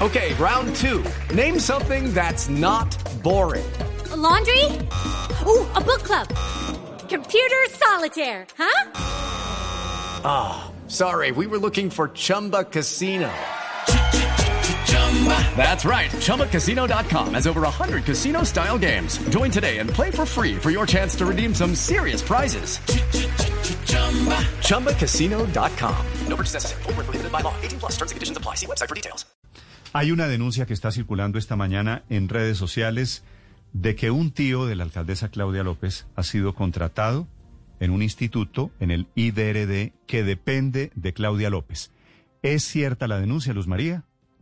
Okay, round two. Name something that's not boring. A laundry? Ooh, a book club. Computer solitaire, huh? Ah, sorry, we were looking for Chumba Casino. That's right. ChumbaCasino.com has over 100 casino-style games. Join today and play for free for your chance to redeem some serious prizes. ChumbaCasino.com. No purchase necessary. Void where prohibited by law. 18 plus. Terms and conditions apply. See website for details. Hay una denuncia que está circulando esta mañana en redes sociales de que un tío de la alcaldesa Claudia López ha sido contratado en un instituto, en el IDRD, que depende de Claudia López. ¿Es cierta la denuncia, Luz María?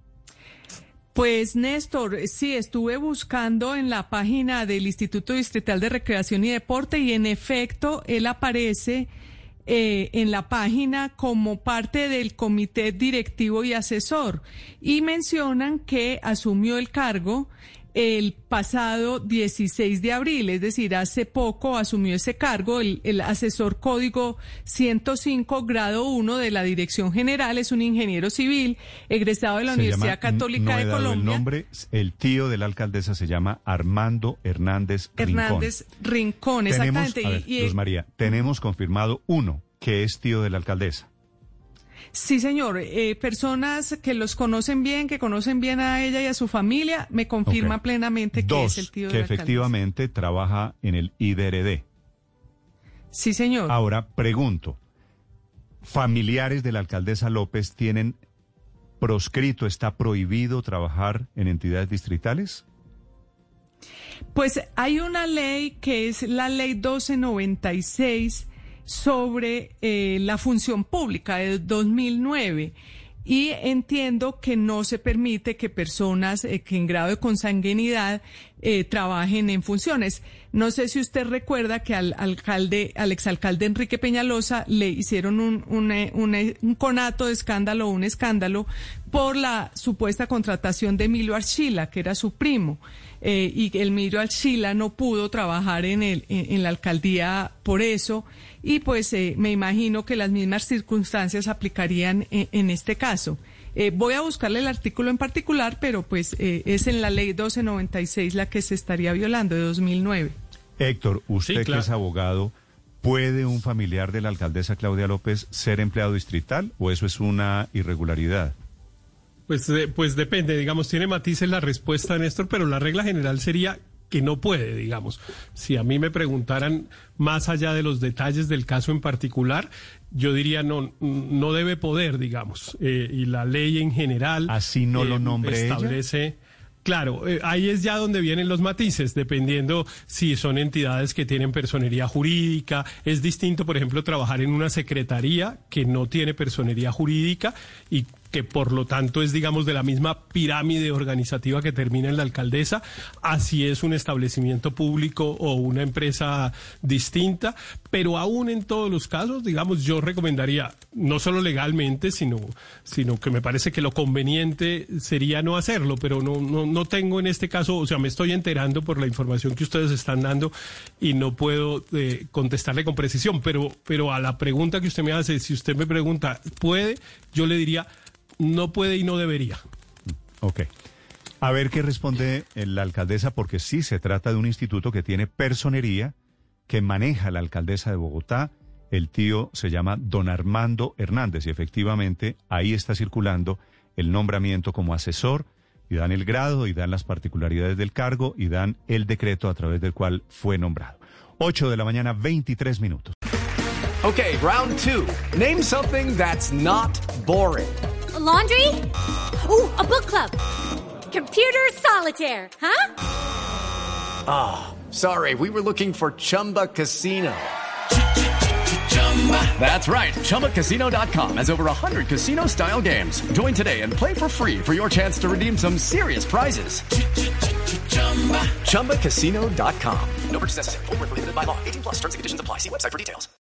Pues Néstor, sí, estuve buscando en la página del Instituto Distrital de Recreación y Deporte y en efecto él aparece en la página como parte del comité directivo y asesor y mencionan que asumió el cargo el pasado 16 de abril, es decir, hace poco asumió ese cargo, el asesor código 105, grado 1 de la Dirección General, es un ingeniero civil, egresado de la Universidad Católica de Colombia. El nombre, el tío de la alcaldesa se llama Armando Hernández Rincón. Hernández Rincón, exactamente. Luz María, tenemos confirmado uno, que es tío de la alcaldesa. Sí, señor. Personas que los conocen bien, que conocen bien a ella y a su familia, me confirman plenamente que es el tío de la alcaldesa. Que efectivamente trabaja en el IDRD. Sí, señor. Ahora, pregunto, ¿familiares de la alcaldesa López tienen proscrito, está prohibido trabajar en entidades distritales? Pues hay una ley que es la ley 1296, sobre la función pública de 2009 y entiendo que no se permite que personas que en grado de consanguinidad trabajen en funciones. No sé si usted recuerda que al exalcalde Enrique Peñalosa le hicieron un conato de escándalo, un escándalo por la supuesta contratación de Emilio Archila, que era su primo. Y Emilio Archila no pudo trabajar en la alcaldía por eso, y pues me imagino que las mismas circunstancias aplicarían en este caso. Voy a buscarle el artículo en particular, pero pues es en la ley 1296 la que se estaría violando, de 2009. Héctor, usted sí, claro, que es abogado, ¿puede un familiar de la alcaldesa Claudia López ser empleado distrital o eso es una irregularidad? Pues depende, digamos, tiene matices la respuesta, Néstor, pero la regla general sería que no puede, digamos. Si a mí me preguntaran más allá de los detalles del caso en particular, yo diría no debe poder, digamos. Y la ley en general así no lo nombre establece. Ella. Claro, ahí es ya donde vienen los matices, dependiendo si son entidades que tienen personería jurídica. Es distinto, por ejemplo, trabajar en una secretaría que no tiene personería jurídica y que por lo tanto es, digamos, de la misma pirámide organizativa que termina en la alcaldesa, así es un establecimiento público o una empresa distinta, pero aún en todos los casos, digamos, yo recomendaría, no solo legalmente, sino que me parece que lo conveniente sería no hacerlo, pero no tengo en este caso, o sea, me estoy enterando por la información que ustedes están dando y no puedo contestarle con precisión, pero a la pregunta que usted me hace, si usted me pregunta, ¿puede? Yo le diría, no puede y no debería. Ok. A ver qué responde la alcaldesa, porque sí se trata de un instituto que tiene personería, que maneja la alcaldesa de Bogotá. El tío se llama don Armando Hernández y efectivamente ahí está circulando el nombramiento como asesor y dan el grado y dan las particularidades del cargo y dan el decreto a través del cual fue nombrado. 8 de la mañana, 23 minutos. Okay, round two. Name something that's not boring. A laundry? Ooh, a book club. Computer solitaire, huh? Ah, sorry, we were looking for Chumba Casino. That's right. ChumbaCasino.com has over 100 casino-style games. Join today and play for free for your chance to redeem some serious prizes. ChumbaCasino.com. No purchase necessary. Void where prohibited by law. 18 plus. Terms and conditions apply. See website for details.